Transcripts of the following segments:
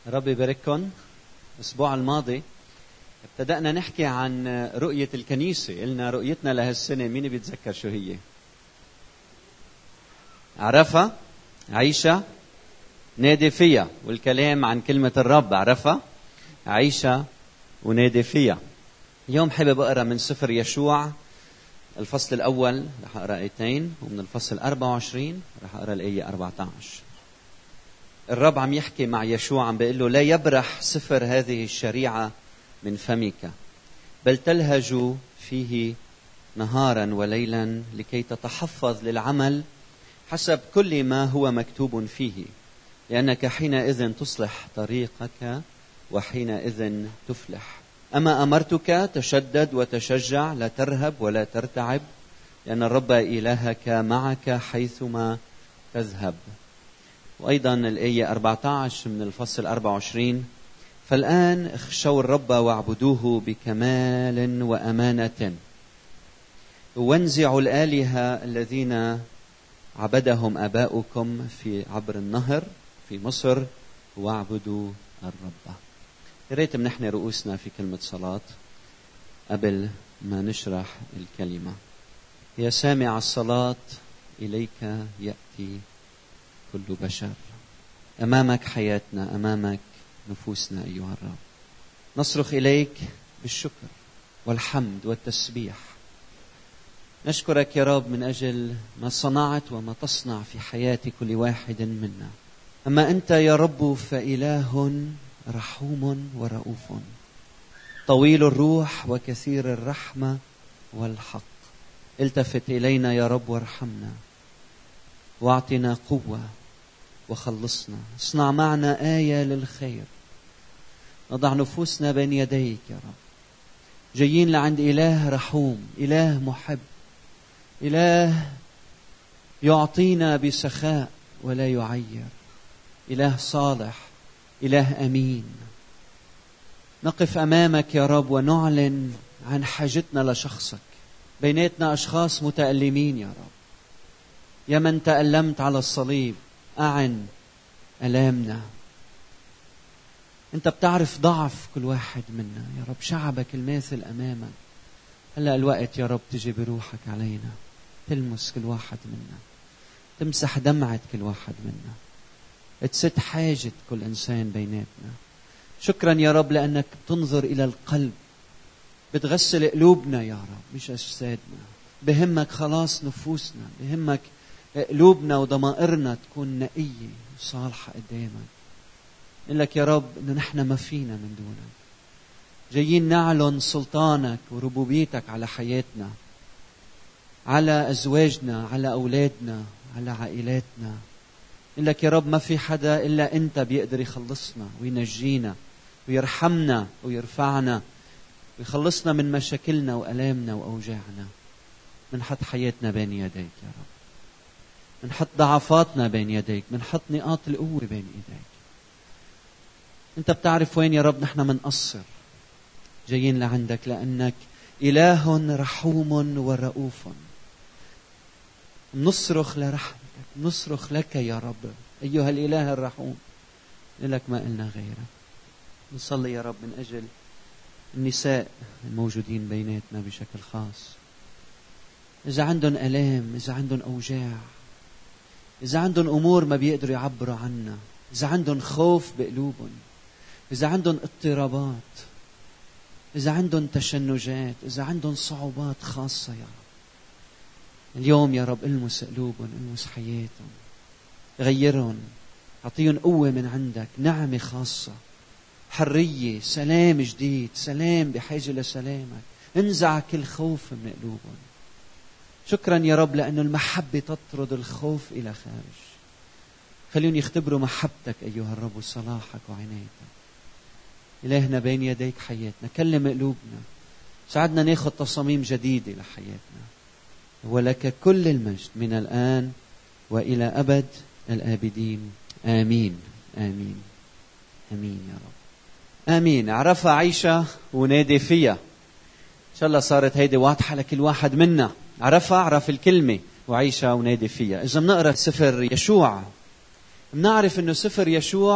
ربي يبارككم. الأسبوع الماضي ابتدأنا نحكي عن رؤية الكنيسة. قلنا رؤيتنا لهالسنة مين بيتذكر شو هي؟ عرفها؟ عيشة نادي فيها. والكلام عن كلمة الرب عرفها؟ عيشة ونادي فيها. اليوم حابب أقرأ من سفر يشوع الفصل الأول، رح أقرأ آيتين، ومن الفصل 24 رح أقرأ الآية 14. الرب عم يحكي مع يشوع، عم بيقول له: لا يبرح سفر هذه الشريعة من فمك، بل تلهج فيه نهارا وليلا لكي تتحفظ للعمل حسب كل ما هو مكتوب فيه، لأنك حينئذ تصلح طريقك وحينئذ تفلح. أما أمرتك تشدد وتشجع، لا ترهب ولا ترتعب، لأن الرب إلهك معك حيثما تذهب. وأيضا الآية 14 من الفصل 24: فالآن اخشوا الرب واعبدوه بكمال وأمانة، وانزعوا الآلهة الذين عبدهم آباؤكم في عبر النهر في مصر، واعبدوا الرب. يا ريت منحني رؤوسنا في كلمة صلاة قبل ما نشرح الكلمة. يا سامع الصلاة، إليك يأتي كل بشر. أمامك حياتنا، أمامك نفوسنا أيها الرب. نصرخ إليك بالشكر والحمد والتسبيح. نشكرك يا رب من أجل ما صنعت وما تصنع في حياة كل واحد منا. أما أنت يا رب فإله رحوم ورؤوف، طويل الروح وكثير الرحمة والحق. التفت إلينا يا رب وارحمنا، واعطنا قوة وخلصنا. اصنع معنا آية للخير. نضع نفوسنا بين يديك يا رب، جايين لعند إله رحوم، إله محب، إله يعطينا بسخاء ولا يعير، إله صالح، إله أمين. نقف أمامك يا رب ونعلن عن حاجتنا لشخصك. بيناتنا أشخاص متألمين يا رب، يا من تألمت على الصليب، أعن ألامنا. أنت بتعرف ضعف كل واحد منا يا رب، شعبك الماثل أمامك. هلأ الوقت يا رب تجي بروحك علينا، تلمس كل واحد منا، تمسح دمعة كل واحد منا، تسد حاجة كل إنسان بيناتنا. شكرا يا رب لأنك بتنظر إلى القلب، بتغسل قلوبنا يا رب مش أجسادنا. بهمك خلاص نفوسنا، بهمك قلوبنا وضمائرنا تكون نقية وصالحة قدامك. نقول لك يا رب إنه نحن ما فينا من دونك. جايين نعلن سلطانك وربوبيتك على حياتنا، على أزواجنا، على أولادنا، على عائلاتنا. نقول لك يا رب ما في حدا إلا أنت بيقدر يخلصنا وينجينا ويرحمنا ويرفعنا ويخلصنا من مشاكلنا وألامنا وأوجاعنا. منحط حياتنا بين يديك يا رب، منحط ضعفاتنا بين يديك، منحط نقاط القوة بين يديك. أنت بتعرف وين يا رب نحن منقصر. جايين لعندك لأنك إله رحوم ورؤوف. نصرخ لرحمتك، نصرخ لك يا رب أيها الإله الرحوم. لك ما قلنا غيرك. نصلي يا رب من أجل النساء الموجودين بيناتنا بشكل خاص، إذا عندهم ألام، إذا عندهم أوجاع، إذا عندهم أمور ما بيقدروا يعبروا عنها، إذا عندهم خوف بقلوبهم، إذا عندهم اضطرابات، إذا عندهم تشنجات، إذا عندهم صعوبات خاصة يا رب. اليوم يا رب المس قلوبهم، المس حياتهم، غيرهم، أعطيهم قوة من عندك، نعمة خاصة، حرية، سلام جديد، سلام بحاجة لسلامك. انزع كل خوف من قلوبهم. شكرا يا رب لأن المحبة تطرد الخوف إلى خارج. خليهم يختبروا محبتك أيها الرب وصلاحك وعنايتك. إلهنا بين يديك حياتنا، كلم قلوبنا، ساعدنا ناخذ تصاميم جديدة لحياتنا. ولك كل المجد من الآن وإلى أبد الآبدين. آمين آمين آمين يا رب آمين. عرفها عيشة ونادي فيها. إن شاء الله صارت هيدي واضحة لكل واحد منا. عرفها، عرف الكلمة، وعيشة ونادي فيها. إذا بنقرأ سفر يشوع بنعرف إنه سفر يشوع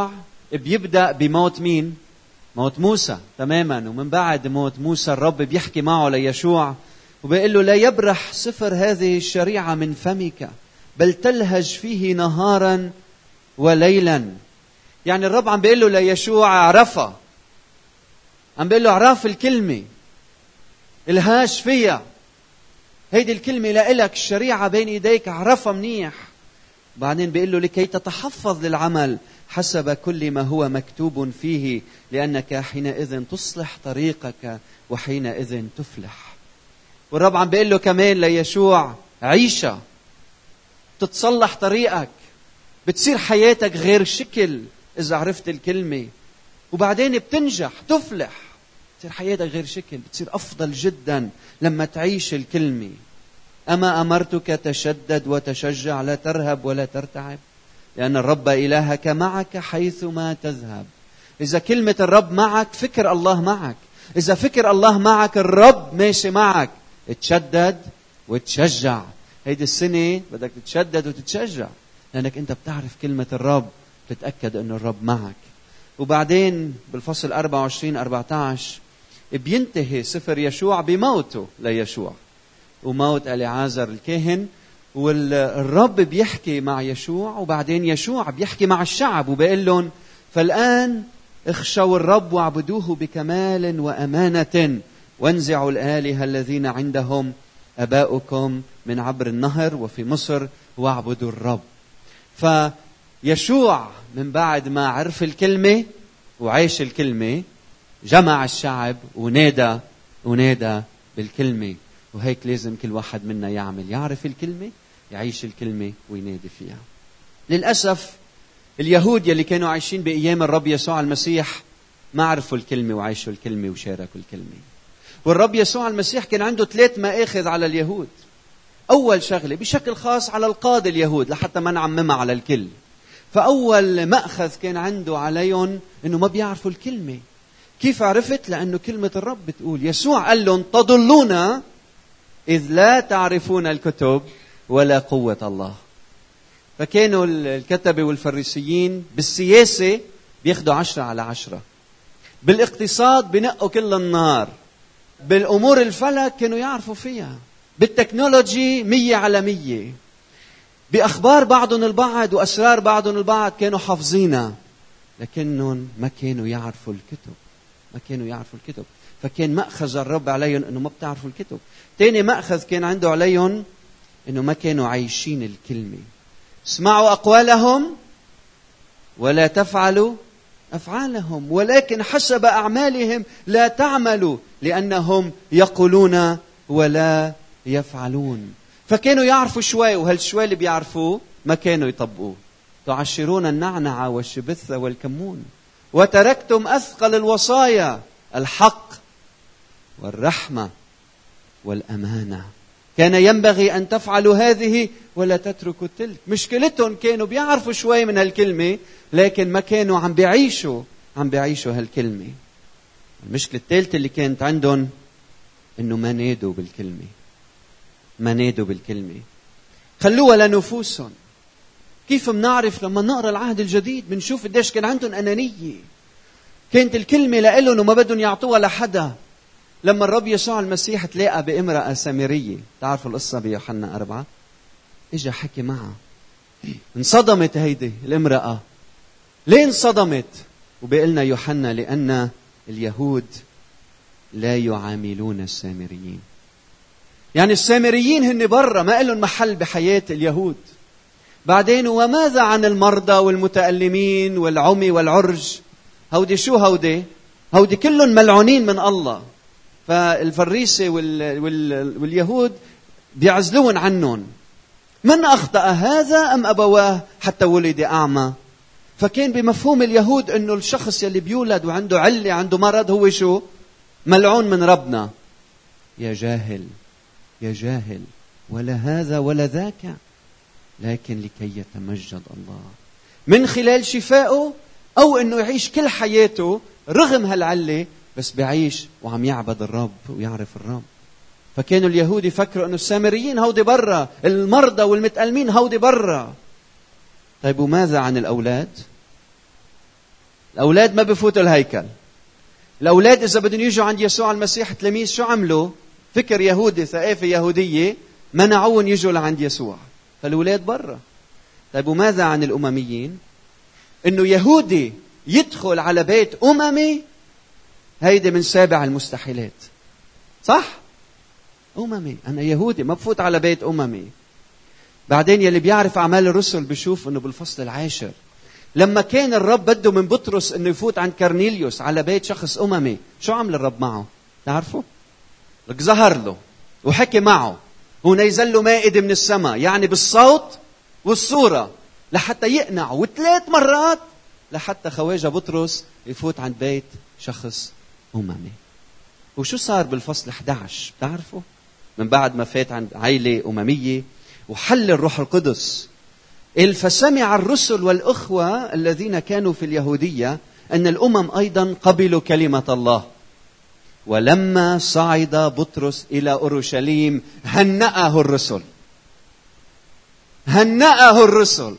بيبدأ بموت مين؟ موت موسى تماما. ومن بعد موت موسى الرب بيحكي معه ليشوع وبيقول له لا يبرح سفر هذه الشريعة من فمك بل تلهج فيه نهارا وليلا. يعني الرب عم بيقول له ليشوع اعرفها، عم بيقول له اعرف الكلمة، الهاج فيها، هيدي الكلمة لإلك، الشريعة بين ايديك، اعرفها منيح. بعدين بيقول له لكي تتحفظ للعمل حسب كل ما هو مكتوب فيه لأنك حينئذ تصلح طريقك وحينئذ تفلح. والرب عم بيقول له كمان ليشوع عيشة، تتصلح طريقك، بتصير حياتك غير شكل إذا عرفت الكلمة، وبعدين بتنجح تفلح، بتصير حياتك غير شكل، بتصير أفضل جدا لما تعيش الكلمة. أما أمرتك تشدد وتشجع، لا ترهب ولا ترتعب لأن الرب إلهك معك حيثما تذهب. إذا كلمة الرب معك فكر الله معك، إذا فكر الله معك الرب ماشي معك. تشدد وتشجع، هيدي السنة بدك تتشدد وتتشجع لأنك أنت بتعرف كلمة الرب، تتأكد أن الرب معك. وبعدين بالفصل 24-14 بينتهي سفر يشوع بموته ليشوع وموت اليعازر الكاهن، والرب بيحكي مع يشوع وبعدين يشوع بيحكي مع الشعب وبيقول لهم فالآن اخشوا الرب واعبدوه بكمال وأمانة وانزعوا الآلهة الذين عندهم أباؤكم من عبر النهر وفي مصر واعبدوا الرب. فيشوع من بعد ما عرف الكلمة وعيش الكلمة جمع الشعب ونادى بالكلمة. وهيك لازم كل واحد منا يعرف الكلمة، يعيش الكلمة وينادي فيها. للأسف اليهود يلي كانوا عايشين بأيام الرب يسوع المسيح ما عرفوا الكلمة وعيشوا الكلمة وشاركوا الكلمة. والرب يسوع المسيح كان عنده 3 مآخذ على اليهود. أول شغلة بشكل خاص على القادة اليهود لحتى ما نعممها على الكل. فأول مأخذ كان عنده عليهم إنه ما بيعرفوا الكلمة. كيف عرفت؟ لأنه كلمة الرب بتقول، يسوع قال لهم تضلون إذ لا تعرفون الكتب ولا قوة الله. فكانوا الكتبة والفريسيين بالسياسة بياخدوا 10/10، بالاقتصاد بنقوا كل النار، بالأمور الفلك كانوا يعرفوا فيها، بالتكنولوجي 100/100، بأخبار بعضهم البعض وأسرار بعضهم البعض كانوا حافظينها، لكنهم ما كانوا يعرفوا الكتب. فكان مأخذ الرب عليهم أنه ما بتعرفوا الكتب. تاني مأخذ كان عنده عليهم أنه ما كانوا عايشين الكلمة. اسمعوا أقوالهم ولا تفعلوا أفعالهم، ولكن حسب أعمالهم لا تعملوا لأنهم يقولون ولا يفعلون. فكانوا يعرفوا شوي، وهالشوي اللي بيعرفوه ما كانوا يطبقوه. تعشرون النعنع والشبث والكمون وتركتم أثقل الوصايا الحق والرحمة والأمانة. كان ينبغي أن تفعلوا هذه ولا تتركوا تلك. مشكلتهم كانوا بيعرفوا شوي من هالكلمة لكن ما كانوا عم بيعيشوا هالكلمة. المشكلة الثالثة اللي كانت عندهم إنه ما نادوا بالكلمة. خلوها لنفوسهم. كيف منعرف؟ لما نقرأ العهد الجديد بنشوف قديش كان عندهم أنانية. كانت الكلمة لإلهم وما بدهم يعطوها لحدا. لما الرب يسوع المسيح تلاقى بامرأة سامرية، تعرفوا القصة بيوحنا 4، إجا حكي معها، انصدمت هيدي الامرأة. ليه انصدمت؟ وبيقلنا يوحنا لأن اليهود لا يعاملون السامريين. يعني السامريين هن برا، ما لهم محل بحياة اليهود. بعدين وماذا عن المرضى والمتألمين والعمي والعرج؟ هودي شو هودي كلهم ملعونين من الله. فالفريسة واليهود بيعزلون عنهم. من أخطأ هذا أم أبواه حتى ولد أعمى؟ فكان بمفهوم اليهود أنه الشخص يلي بيولد وعنده علة عنده مرض هو شو؟ ملعون من ربنا. يا جاهل، ولا هذا ولا ذاك، لكن لكي يتمجد الله من خلال شفائه، أو أنه يعيش كل حياته رغم هالعلة بس بيعيش وعم يعبد الرب ويعرف الرب. فكانوا اليهود يفكروا أنه السامريين هودي برا، المرضى والمتألمين هودي برا. طيب وماذا عن الأولاد؟ الأولاد ما بفوتوا الهيكل. الأولاد إذا بدهم يجوا عند يسوع المسيح التلاميذ شو عملوا؟ فكر يهودي، ثقافة يهودية، منعون يجوا لعند يسوع، فالأولاد برا. طيب وماذا عن الأمميين؟ إنه يهودي يدخل على بيت أممي، هيدي من 7 المستحيلات. صح؟ أممي، أنا يهودي ما بفوت على بيت أممي. بعدين يلي بيعرف أعمال الرسل بيشوف إنه بالفصل 10 لما كان الرب بده من بطرس إنه يفوت عند كرنيليوس على بيت شخص أممي، شو عمل الرب معه؟ تعرفوا؟ لك ظهر له وحكي معه، ونزل له مائدة من السماء، يعني بالصوت والصورة، لحتى يقنعه، و3 مرات لحتى خواجة بطرس يفوت عند بيت شخص أممي. وشو صار بالفصل 11 بتعرفوا؟ من بعد ما فات عند عائلة أممية وحل الروح القدس، فسمع الرسل والأخوة الذين كانوا في اليهودية أن الأمم أيضا قبلوا كلمة الله. ولما صعد بطرس إلى أورشليم هنأه الرسل. هنأه الرسل،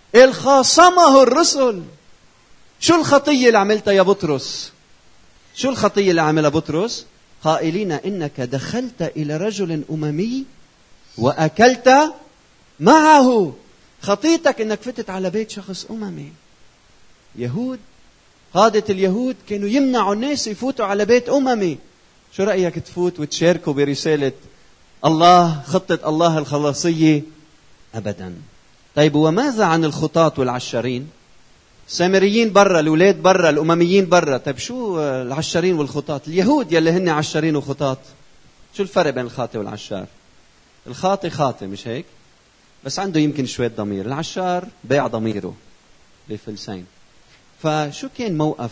خاصمه الرسل. شو الخطية اللي عملتها يا بطرس؟ شو الخطية اللي عملها بطرس؟ قائلين إنك دخلت إلى رجل أممي وأكلت معه. خطيتك إنك فتت على بيت شخص أممي. يهود، قادة اليهود كانوا يمنعوا الناس يفوتوا على بيت أممي. شو رأيك تفوت وتشاركوا برسالة الله، خطة الله الخلاصية؟ أبدا. طيب وماذا عن الخطاة والعشارين؟ السامريين برا، الأولاد برا، الأمميين برا. طيب شو العشارين والخطاة؟ اليهود يلي هن عشارين وخطاة. شو الفرق بين الخاطئ والعشار؟ الخاطئ خاطئ مش هيك؟ بس عنده يمكن شوية ضمير. العشار بيع ضميره بفلسين. فشو كان موقف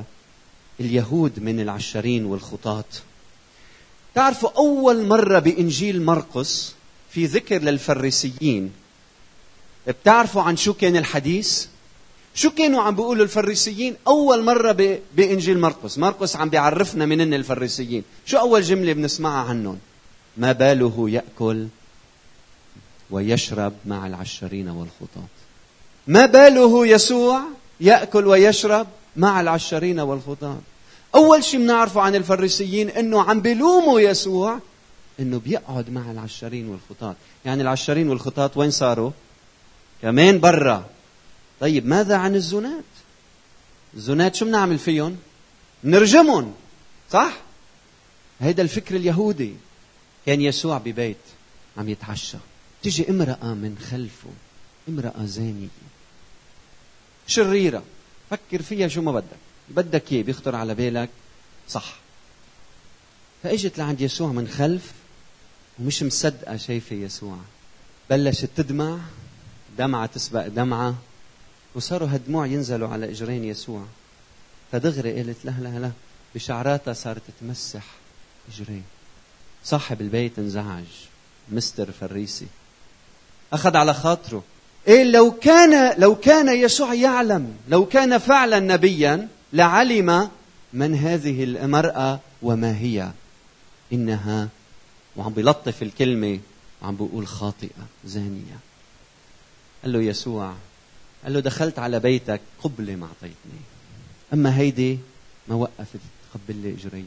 اليهود من العشارين والخطاة؟ تعرفوا أول مرة بإنجيل مرقس في ذكر للفريسيين، بتعرفوا عن شو كان الحديث؟ شو كانوا عم بيقولوا الفريسيين أول مرة بإنجيل مرقس؟ مرقس عم بيعرفنا منن الفريسيين. شو أول جملة بنسمعها عنهم؟ ما باله يأكل ويشرب مع العشارين والخطاة. ما باله يسوع يأكل ويشرب مع العشارين والخطاة. أول شيء بنعرفه عن الفريسيين إنه عم بيلوموا يسوع إنه بيقعد مع العشارين والخطاة. يعني العشارين والخطاة وين صاروا؟ كمان برا. طيب ماذا عن الزنات؟ الزنات شو بنعمل فيهم؟ نرجمهم، صح؟ هيدا الفكر اليهودي. كان يسوع ببيت عم يتعشى، تيجي امرأة من خلفه، امرأة زانية شريرة، فكر فيها شو ما بدك ايه بيخطر على بالك، صح؟ فاجت لعند يسوع من خلف ومش مصدقة شايفة يسوع، بلشت تدمع، دمعة تسبق دمعة، وصاروا هالدموع ينزلوا على اجرين يسوع. فدغري قالت لا بشعراتها صارت تمسح اجرين. صاحب البيت انزعج، مستر فريسي، اخذ على خاطره. لو كان يسوع يعلم، لو كان فعلا نبيا لعلم من هذه المرأة وما هي، إنها، وعم بيلطف الكلمة وعم بيقول خاطئة زانية. قال له يسوع، قال له دخلت على بيتك قبلة ما أعطيتني، أما هيدي ما وقفت تقبل لي إجري،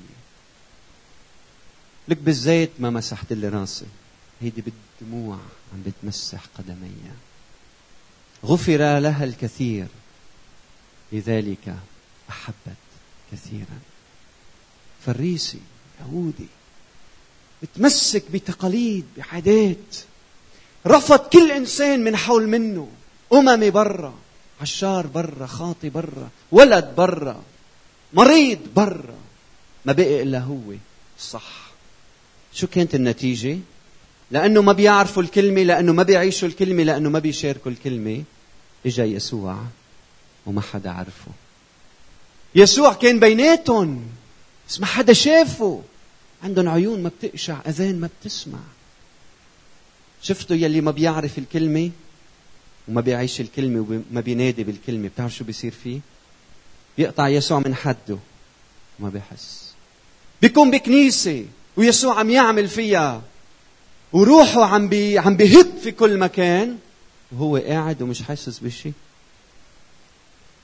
لك بالزيت ما مسحت لي راسي، هيدي بالدموع عم بتمسح قدمي. غفر لها الكثير لذلك أحبت كثيرا. فريسي يهودي متمسك بتقاليد، بعادات، رفض كل إنسان من حول منه، أممي برا، عشار برا، خاطي برا، ولد برا، مريض برا، ما بقي إلا هو الصح. شو كانت النتيجة؟ لأنه ما بيعرفوا الكلمة، لأنه ما بيعيشوا الكلمة، لأنه ما بيشاركوا الكلمة، إجا يسوع وما حدا عرفه. يسوع كان بيناتهم بس ما حدا شافه. عندهم عيون ما بتقشع، أذان ما بتسمع. شفتوا يلي ما بيعرف الكلمة وما بيعيش الكلمة وما بينادي بالكلمة، بتعرف شو بيصير فيه؟ بيقطع يسوع من حده وما بيحس. بيكون بكنيسة ويسوع عم يعمل فيها وروحه عم بيهب في كل مكان وهو قاعد ومش حاسس بشيء.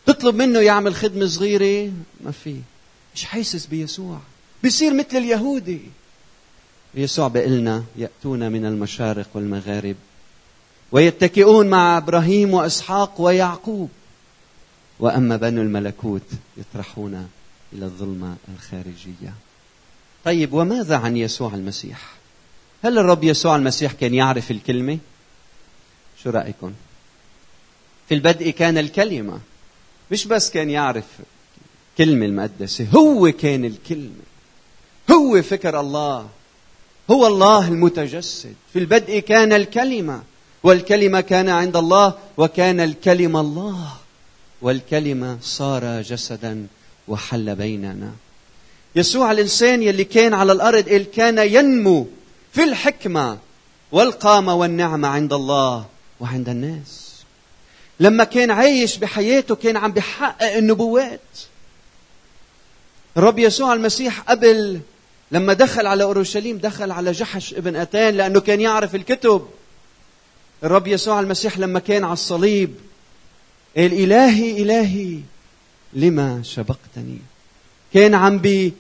تطلب منه يعمل خدمة صغيرة ما في، مش حاسس بيسوع، بيصير مثل اليهودي. يسوع بيقلنا يأتون من المشارق والمغارب ويتكئون مع إبراهيم وإسحاق ويعقوب، وأما بنو الملكوت يطرحون إلى الظلمة الخارجية. طيب وماذا عن يسوع المسيح؟ هل الرب يسوع المسيح كان يعرف الكلمة؟ شو رأيكم؟ في البدء كان الكلمة. مش بس كان يعرف كلمة المقدسة، هو كان الكلمة، هو فكر الله، هو الله المتجسد. في البدء كان الكلمة، والكلمة كان عند الله، وكان الكلمة الله، والكلمة صار جسدا وحل بيننا. يسوع الإنسان يلي كان على الأرض كان ينمو في الحكمة والقامة والنعمة عند الله وعند الناس. لما كان عايش بحياته كان عم بيحقق النبوات. الرب يسوع المسيح قبل لما دخل على أورشليم دخل على جحش ابن أتان لأنه كان يعرف الكتب. الرب يسوع المسيح لما كان على الصليب قال إلهي إلهي لما شبقتني. كان عم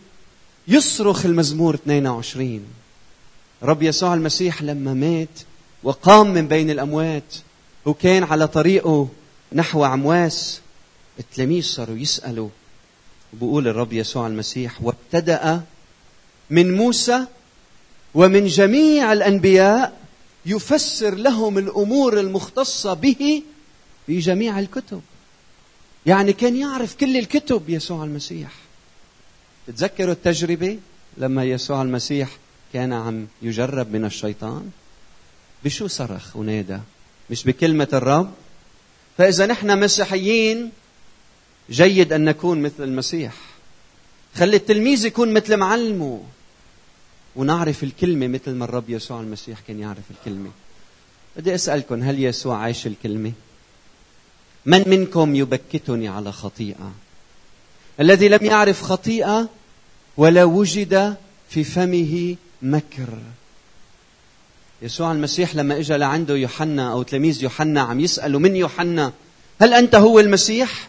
يصرخ المزمور 22. الرب يسوع المسيح لما مات وقام من بين الأموات وكان على طريقه نحو عمواس، التلاميذ صاروا يسألوا، وبقول الرب يسوع المسيح وابتدأ من موسى ومن جميع الأنبياء يفسر لهم الأمور المختصة به في جميع الكتب. يعني كان يعرف كل الكتب يسوع المسيح. تتذكروا التجربة لما يسوع المسيح كان عم يجرب من الشيطان؟ بشو صرخ ونادى؟ مش بكلمة الرب؟ فإذا نحن مسيحيين جيد أن نكون مثل المسيح. خلي التلميذ يكون مثل معلمه ونعرف الكلمة مثل ما الرب يسوع المسيح كان يعرف الكلمة. بدي أسألكم، هل يسوع عايش الكلمة؟ من منكم يبكتني على خطيئة؟ الذي لم يعرف خطيئة ولا وجد في فمه مكر. يسوع المسيح لما اجى لعنده يوحنا او تلاميذ يوحنا عم يسألوا من يوحنا هل أنت هو المسيح؟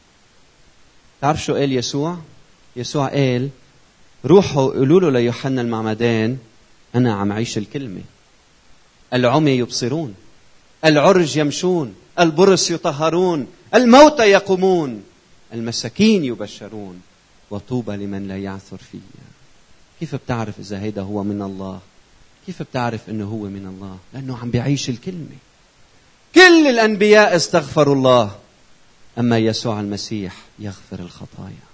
تعرف شو قال يسوع؟ يسوع قال روحوا قولوا له ليوحنا المعمدان أنا عم عيش الكلمة. العمي يبصرون، العرج يمشون، البرص يطهرون، الموتى يقومون، المساكين يبشرون، وطوبى لمن لا يعثر فيا. كيف بتعرف إذا هيدا هو من الله؟ كيف بتعرف إنه هو من الله؟ لأنه عم بيعيش الكلمة. كل الأنبياء استغفروا الله، أما يسوع المسيح يغفر الخطايا.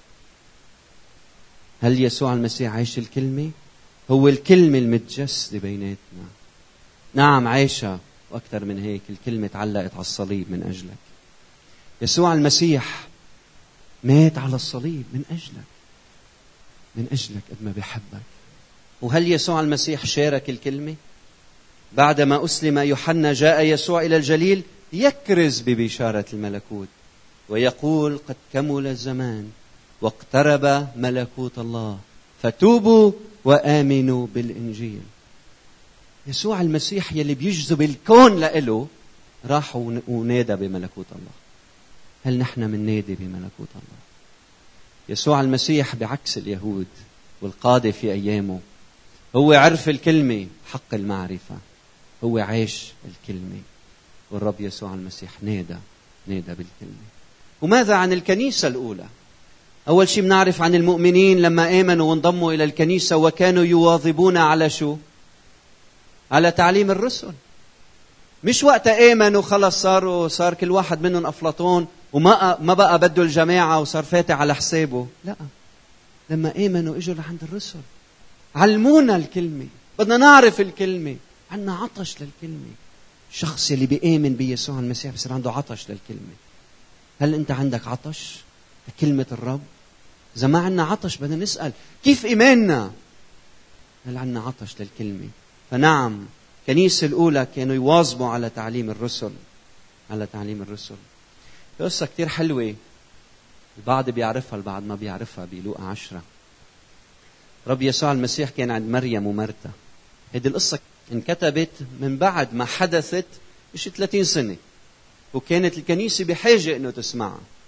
هل يسوع المسيح عايش الكلمة؟ هو الكلمة المتجسدة بيناتنا. نعم عايشة، وأكثر من هيك الكلمة تعلقت على الصليب من أجلك. يسوع المسيح مات على الصليب من أجلك، من أجلك قد ما بيحبك. وهل يسوع المسيح شارك الكلمة؟ بعدما أسلم يوحنا جاء يسوع إلى الجليل يكرز ببشارة الملكوت ويقول قد كمل الزمان واقترب ملكوت الله فتوبوا وآمنوا بالإنجيل. يسوع المسيح يلي بيجذب الكون لإله راح ونادى بملكوت الله. هل نحن من نادي بملكوت الله؟ يسوع المسيح بعكس اليهود والقادة في أيامه هو عرف الكلمة حق المعرفة، هو عاش الكلمة. والرب يسوع المسيح نادى بالكلمة. وماذا عن الكنيسة الأولى؟ أول شيء بنعرف عن المؤمنين لما آمنوا وانضموا إلى الكنيسة وكانوا يواظبون على شو؟ على تعليم الرسل. مش وقت آمنوا خلص صار كل واحد منهم أفلاطون وما بقى بده الجماعة وصار فاتح على حسابه. لا، لما آمنوا إجوا لعند الرسل علمونا الكلمة، بدنا نعرف الكلمة، عنا عطش للكلمة. الشخص اللي بيآمن بيسوع المسيح بصير عنده عطش للكلمة. هل أنت عندك عطش لكلمة الرب؟ إذا ما عنا عطش بدنا نسأل كيف إيماننا؟ هل عنا عطش للكلمة؟ فنعم الكنيسة الأولى كانوا يواظبوا على تعليم الرسل، على تعليم الرسل. قصة كتير حلوة، البعض بيعرفها البعض ما بيعرفها. بلوقا 10 رب يسوع المسيح كان عند مريم ومرتا. هذه القصة انكتبت من بعد ما حدثت 30 سنة، وكانت الكنيسة بحاجة إنه تسمعها.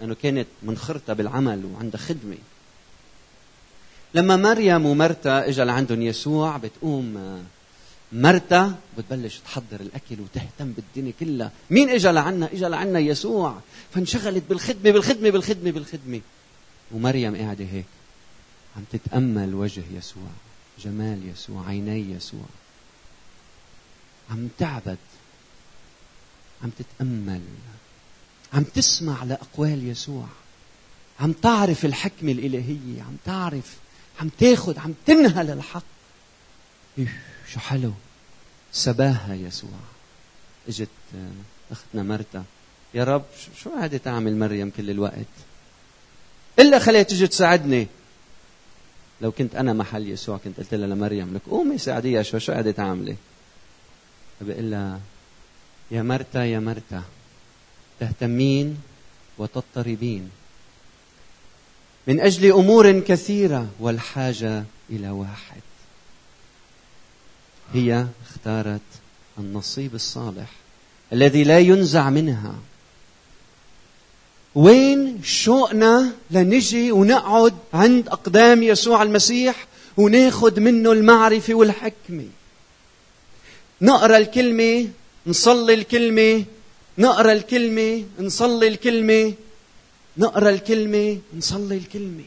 لأنه كانت منخرطة بالعمل وعندها خدمة. لما مريم ومرتا اجى لعندهم يسوع، بتقوم مرتا بتبلش تحضر الأكل وتهتم بالدنيا كلها. مين اجى لعنا؟ اجى لعنا يسوع. فانشغلت بالخدمة بالخدمة بالخدمة بالخدمة، ومريم قاعدة هيك عم تتأمل وجه يسوع، جمال يسوع، عيني يسوع، عم تعبد، عم تتأمل، عم تسمع لأقوال يسوع، عم تعرف الحكمة الإلهية، عم تعرف، عم تاخد، عم تنهل الحق. شو حلو سباها يسوع. اجت اختنا مرتا، يا رب شو قاعدة تعمل مريم كل الوقت؟ إلا خليها تجي تساعدني. لو كنت أنا محل يسوع كنت قلت لها لمريم لك قومي ساعديها، شو قاعدة تعملي؟ بقول لها يا مرتا يا مرتا تهتمين وتضطربين من أجل أمور كثيرة والحاجة إلى واحد. هي اختارت النصيب الصالح الذي لا ينزع منها. وين شوقنا لنجي ونقعد عند أقدام يسوع المسيح وناخد منه المعرفة والحكمة، نقرأ الكلمة، نصلي الكلمة، نقرأ الكلمة، نصلي الكلمة، نقرأ الكلمة، نصلي الكلمة.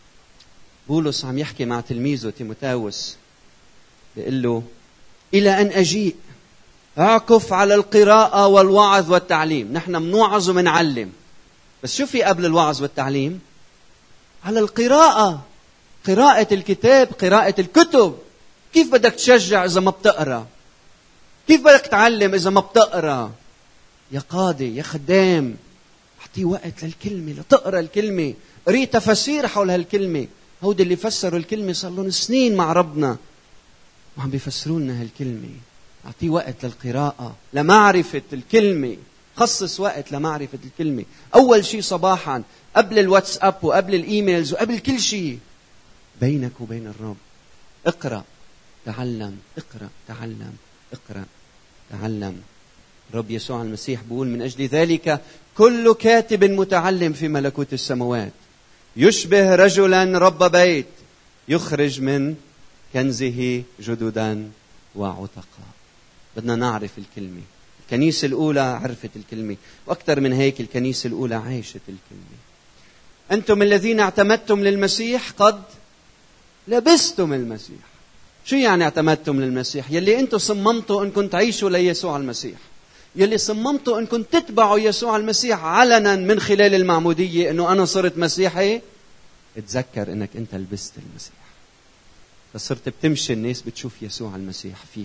بولس عم يحكي مع تلميذه تيموثاوس، بيقول له إلى أن أجيء أعكف على القراءة والوعظ والتعليم. نحن منوعظ ومنعلم، بس شو في قبل الوعظ والتعليم؟ على القراءة، قراءة الكتاب، قراءة الكتب. كيف بدك تشجع إذا ما بتقرأ؟ كيف بدك تعلم إذا ما بتقرأ؟ يا قاضي، يا خدام، أعطي وقت للكلمة، لتقرأ الكلمة، قري تفاسير حول هالكلمة. هودي اللي فسروا الكلمة صار لهم سنين مع ربنا وعم بيفسروا لنا هالكلمة. أعطي وقت للقراءة، لمعرفة الكلمة. خصص وقت لمعرفة الكلمة. أول شيء صباحا قبل الواتساب وقبل الإيميلز وقبل كل شيء، بينك وبين الرب اقرأ تعلم، اقرأ تعلم، اقرأ تعلم. رب يسوع المسيح بيقول من أجل ذلك كل كاتب متعلم في ملكوت السماوات يشبه رجلا رب بيت يخرج من كنزه جددا وعتقا. بدنا نعرف الكلمة. الكنيسة الأولى عرفت الكلمة، وأكثر من هيك الكنيسة الأولى عاشت الكلمة. أنتم الذين اعتمدتم للمسيح قد لبستم المسيح. شو يعني اعتمدتم للمسيح؟ يلي أنتم صممتوا أنكم تعيشوا ليسوع المسيح، يلي صممتوا أنكم تتبعوا يسوع المسيح علنا من خلال المعمودية، أنه أنا صرت مسيحي. اتذكر أنك أنت لبست المسيح، فصرت بتمشي الناس بتشوف يسوع المسيح فيك.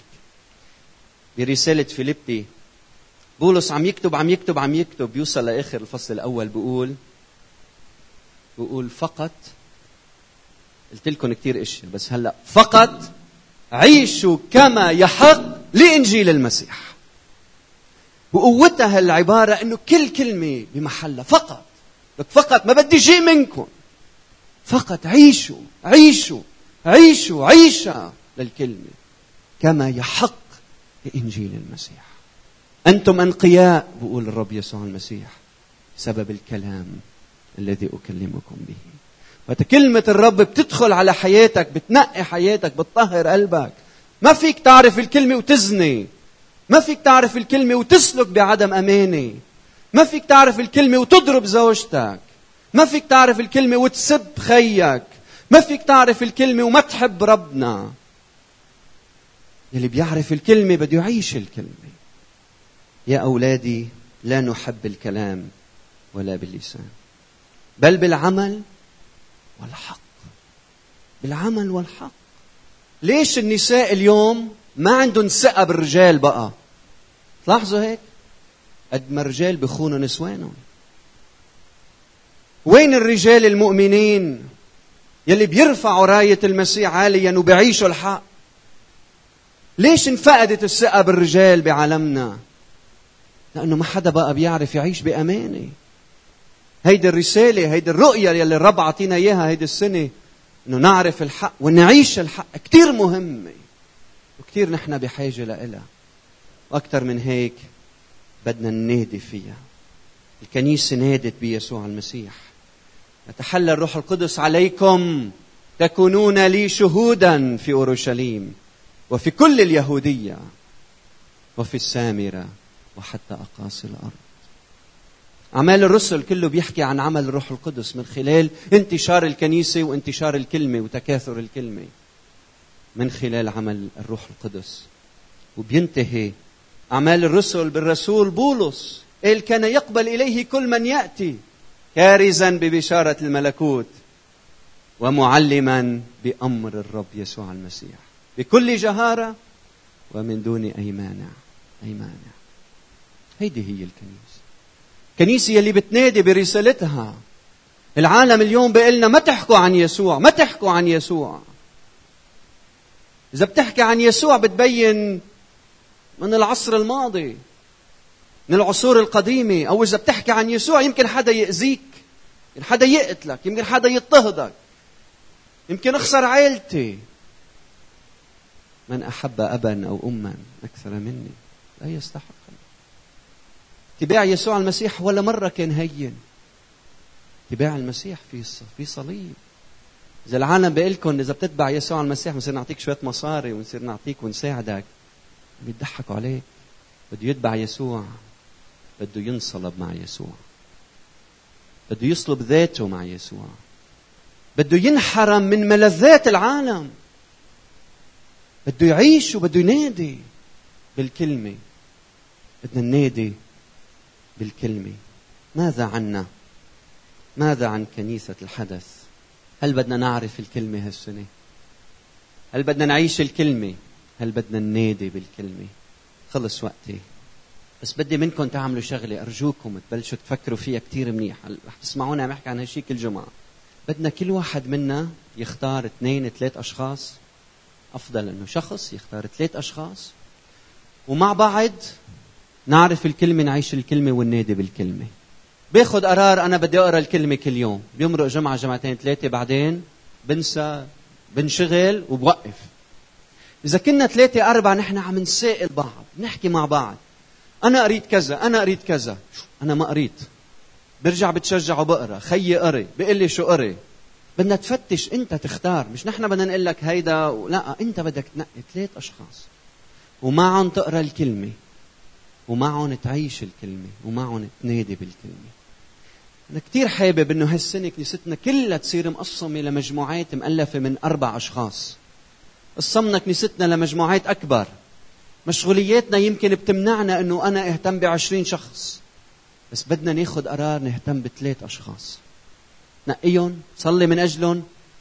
برسالة فيليبي بولس عم يكتب يوصل لآخر الفصل الأول، بيقول فقط، قلت لكم كتير اشياء بس هلأ، فقط عيشوا كما يحق لإنجيل المسيح. وقوتها العبارة انه كل كلمة بمحلها. فقط ما بدي شيء منكم، فقط عيشوا للكلمة كما يحق لإنجيل المسيح. أنتم أنقياء، بقول الرب يسوع المسيح، بسبب الكلام الذي أكلمكم به. فتكلمة الرب بتدخل على حياتك، بتنقي حياتك، بتطهر قلبك. ما فيك تعرف الكلمة وتزني، ما فيك تعرف الكلمة وتسلك بعدم أمانة، ما فيك تعرف الكلمة وتضرب زوجتك، ما فيك تعرف الكلمة وتسب خيك، ما فيك تعرف الكلمة وما تحب ربنا. يلي بيعرف الكلمة بده يعيش الكلمة. يا أولادي لا نحب الكلام ولا باللسان، بل بالعمل والحق. بالعمل والحق. ليش النساء اليوم ما عندهم ثقة بالرجال بقى؟ لاحظوا هيك؟ قد ما الرجال بخونوا نسوانهم. وين الرجال المؤمنين يلي بيرفعوا راية المسيح عاليا وبيعيشوا الحق؟ ليش انفقدت الثقة بالرجال بعالمنا؟ لأنه ما حدا بقى بيعرف يعيش بأمانة. هيدي الرسالة، هيدي الرؤية يلي الرب عطينا إياها هيدي السنة، إنه نعرف الحق ونعيش الحق، كتير مهمة وكتير نحن بحاجة لإلها. وأكتر من هيك بدنا ننادي فيها. الكنيسة نادت بيسوع المسيح. يتحلى الروح القدس عليكم تكونون لي شهودا في أورشليم وفي كل اليهودية وفي السامرة وحتى أقاصي الأرض. أعمال الرسل كله بيحكي عن عمل الروح القدس من خلال انتشار الكنيسة وانتشار الكلمة وتكاثر الكلمة من خلال عمل الروح القدس. وبينتهي أعمال الرسل بالرسول بولس قال كان يقبل إليه كل من يأتي كارزا ببشارة الملكوت ومعلما بأمر الرب يسوع المسيح بكل جهارة ومن دون أي مانع. هيدي هي الكنيسة. كنيسة يلي بتنادي برسالتها. العالم اليوم بيقلنا ما تحكوا عن يسوع، ما تحكوا عن يسوع. إذا بتحكي عن يسوع بتبين من العصر الماضي، من العصور القديمة. أو إذا بتحكي عن يسوع يمكن حدا يأذيك، يمكن حدا يقتلك، يمكن حدا يضطهدك، يمكن أخسر عائلتي. من أحب أبا أو أما أكثر مني لا يستحق. اتباع يسوع المسيح ولا مرة كان هين. اتباع المسيح في صليب. إذا العالم بيقلكم إذا بتتبع يسوع المسيح بنصير نعطيك شوية مصاري ونصير نعطيك ونساعدك، بيضحكوا عليك. بده يتبع يسوع بده ينصلب مع يسوع، بده يصلب ذاته مع يسوع، بده ينحرم من ملذات العالم، بده يعيش وبده ينادي بالكلمة. بدنا ننادي بالكلمة. ماذا عنا؟ ماذا عن كنيسة الحدث؟ هل بدنا نعرف الكلمة هالسنة؟ هل بدنا نعيش الكلمة؟ هل بدنا ننادي بالكلمة؟ خلص وقتي، بس بدي منكم تعملوا شغلة أرجوكم تبلشوا تفكروا فيها كتير منيح. رح تسمعونا عم أحكي عن هالشي كل جمعة. بدنا كل واحد منا يختار 2 3 أشخاص. أفضل أنه شخص يختار 3 أشخاص ومع بعض نعرف الكلمة، نعيش الكلمة وننادي بالكلمة. باخد قرار أنا بدي أقرأ الكلمة كل يوم، بيمرق جمعة جمعتين 3 بعدين بنسى، بنشغل وبوقف. إذا كنا 3 4 نحن عم نسائل بعض، نحكي مع بعض. أنا قريت كذا، أنا قريت كذا، أنا ما قريت. برجع بتشجع وبقرأ، خيي قري، بيقول لي شو قري. بدنا تفتش، أنت تختار، مش نحن بدنا نقول لك هيدا لا، أنت بدك تنقي 3 أشخاص ومعهم تقرأ الكلمة ومعهم تعيش الكلمة ومعهم تنادي بالكلمة. أنا كتير حابب إنه هالسنة كنيستنا كلها تصير مقسمة لمجموعات مؤلفة من 4 أشخاص. قسمنا كنيستنا لمجموعات أكبر. مشغولياتنا يمكن بتمنعنا إنه أنا أهتم ب20 شخص، بس بدنا ناخد قرار نهتم ب3 أشخاص، نقيهم، صلي من أجلهم،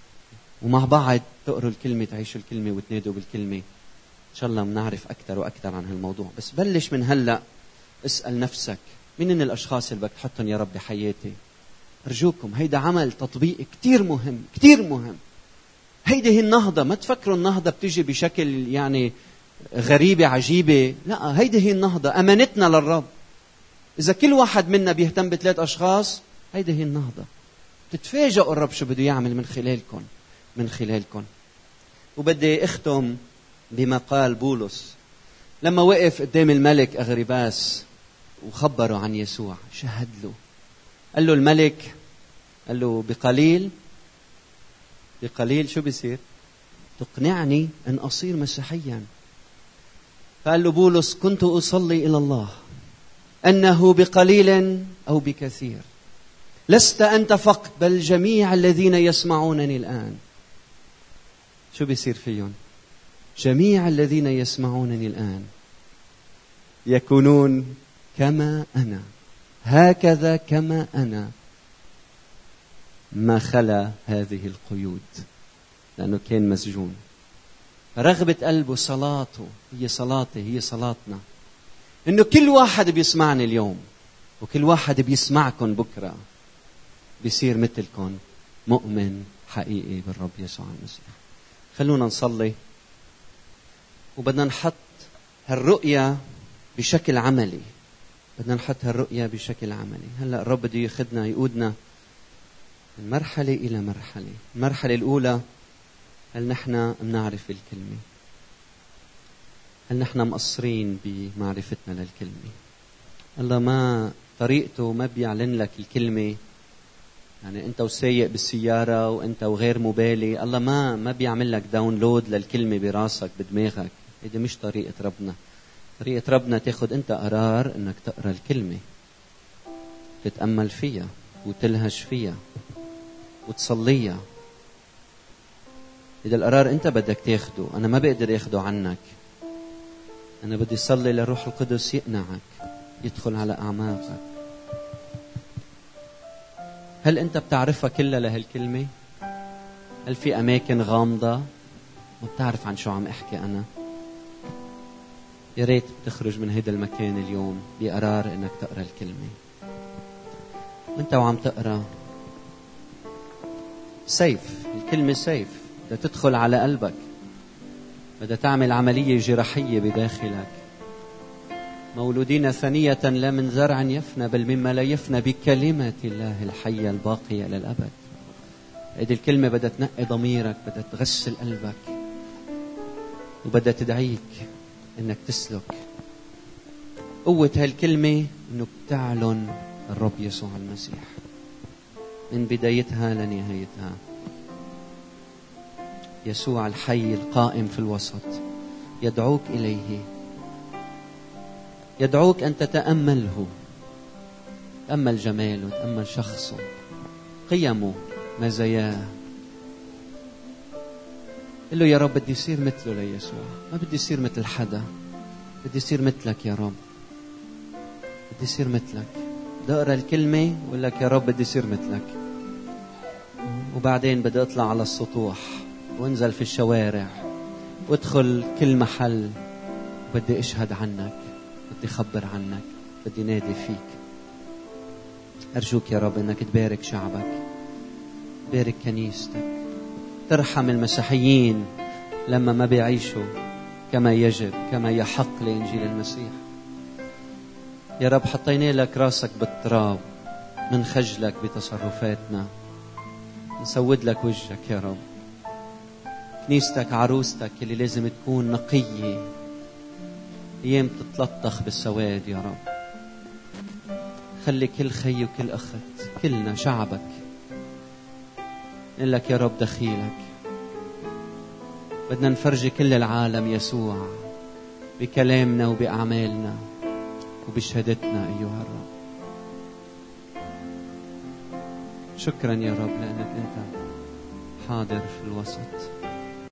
ومع بعض تقروا الكلمة، تعيشوا الكلمة وتنادوا بالكلمة. إن شاء الله بنعرف أكثر وأكثر عن هالموضوع. بس بلش من هلأ، اسأل نفسك مين الأشخاص اللي بدك تحطهم يا رب بحياتي. أرجوكم هيدا عمل تطبيق كتير مهم، كتير مهم. هيدي هي النهضة. ما تفكروا النهضة بتيجي بشكل يعني غريبة عجيبة، لا، هيدي هي النهضة، أمانتنا للرب. إذا كل واحد منا بيهتم ب3 أشخاص، هيدي هي النهضة. تتفاجئوا الرب شو بده يعمل من خلالكم. وبدي أختم بما قال بولس لما وقف قدام الملك أغرباس وخبره عن يسوع، شهد له. قال له الملك، قال له بقليل شو بيصير؟ تقنعني أن أصير مسيحيا. فقال له بولس كنت أصلي إلى الله أنه بقليل أو بكثير لست أنت فقط بل جميع الذين يسمعونني الآن. شو بيصير فيهم؟ جميع الذين يسمعونني الآن يكونون كما أنا، هكذا كما أنا، ما خلا هذه القيود. لأنه كان مسجون. رغبة قلبه، صلاته هي صلاتي، هي صلاتنا، إنه كل واحد بيسمعني اليوم وكل واحد بيسمعكم بكرة بيصير مثلكم مؤمن حقيقي بالرب يسوع المسيح. خلونا نصلي وبدنا نحط هالرؤية بشكل عملي. هلأ الرب بده ياخدنا، يقودنا من مرحلة إلى مرحلة. المرحلة الأولى، هل نحن بنعرف الكلمة؟ هل نحن مقصرين بمعرفتنا للكلمة؟ الله طريقته ما بيعلن لك الكلمة. يعني أنت وسايق بالسيارة وأنت وغير مبالي، الله ما بيعمل لك داونلود للكلمة براسك بدماغك. هيدي مش طريقة ربنا. طريقة ربنا تاخد أنت قرار أنك تقرأ الكلمة، تتأمل فيها وتلهج فيها وتصليها. إذا القرار أنت بدك تاخده، أنا ما بقدر أخده عنك. أنا بدي صلي للروح القدس يقنعك، يدخل على أعماقك. هل أنت بتعرفها كلها لهالكلمة؟ هل في أماكن غامضة ما بتعرف عن شو عم أحكي أنا؟ يا ريت بتخرج من هيدا المكان اليوم بقرار إنك تقرأ الكلمة. وأنت وعم تقرأ سيف، الكلمة سيف بدها تدخل على قلبك، بدها تعمل عملية جراحية بداخلك. مولودين ثانية لا من زرع يفنى بل مما لا يفنى بكلمة الله الحية الباقية إلى الأبد. هذه الكلمة بدها تنقي ضميرك، بدها تغسل قلبك، وبدها تدعيك إنك تسلك. قوة هالكلمة إنه بتعلن الرب يسوع المسيح من بدايتها لنهايتها. يسوع الحي القائم في الوسط يدعوك إليه، يدعوك أن تتأمله، تأمل جماله، تأمل شخصه، قيمه، مزاياه. قل له يا رب بدي يصير مثله ليسوع، ما بدي يصير مثل حدا، بدي يصير مثلك يا رب، بدي يصير مثلك. بدي أقرأ الكلمة وقول لك يا رب بدي يصير مثلك، وبعدين بدي أطلع على السطوح وانزل في الشوارع وادخل كل محل، بدي أشهد عنك، بدي أخبر عنك، بدي نادي فيك. أرجوك يا رب أنك تبارك شعبك، بارك كنيستك، ترحم المسيحيين لما ما بيعيشوا كما يجب، كما يحق لإنجيل المسيح. يا رب حطينا لك راسك بالتراب، من خجلك بتصرفاتنا، نسود لك وجهك يا رب. كنيستك عروستك اللي لازم تكون نقية، أيام تتلطخ بالسواد يا رب. خلي كل خي وكل أخت، كلنا شعبك، نقول لك يا رب دخيلك. بدنا نفرجي كل العالم يسوع بكلامنا وبأعمالنا وبشهادتنا أيها الرب. شكرا يا رب لأنك أنت حاضر في الوسط.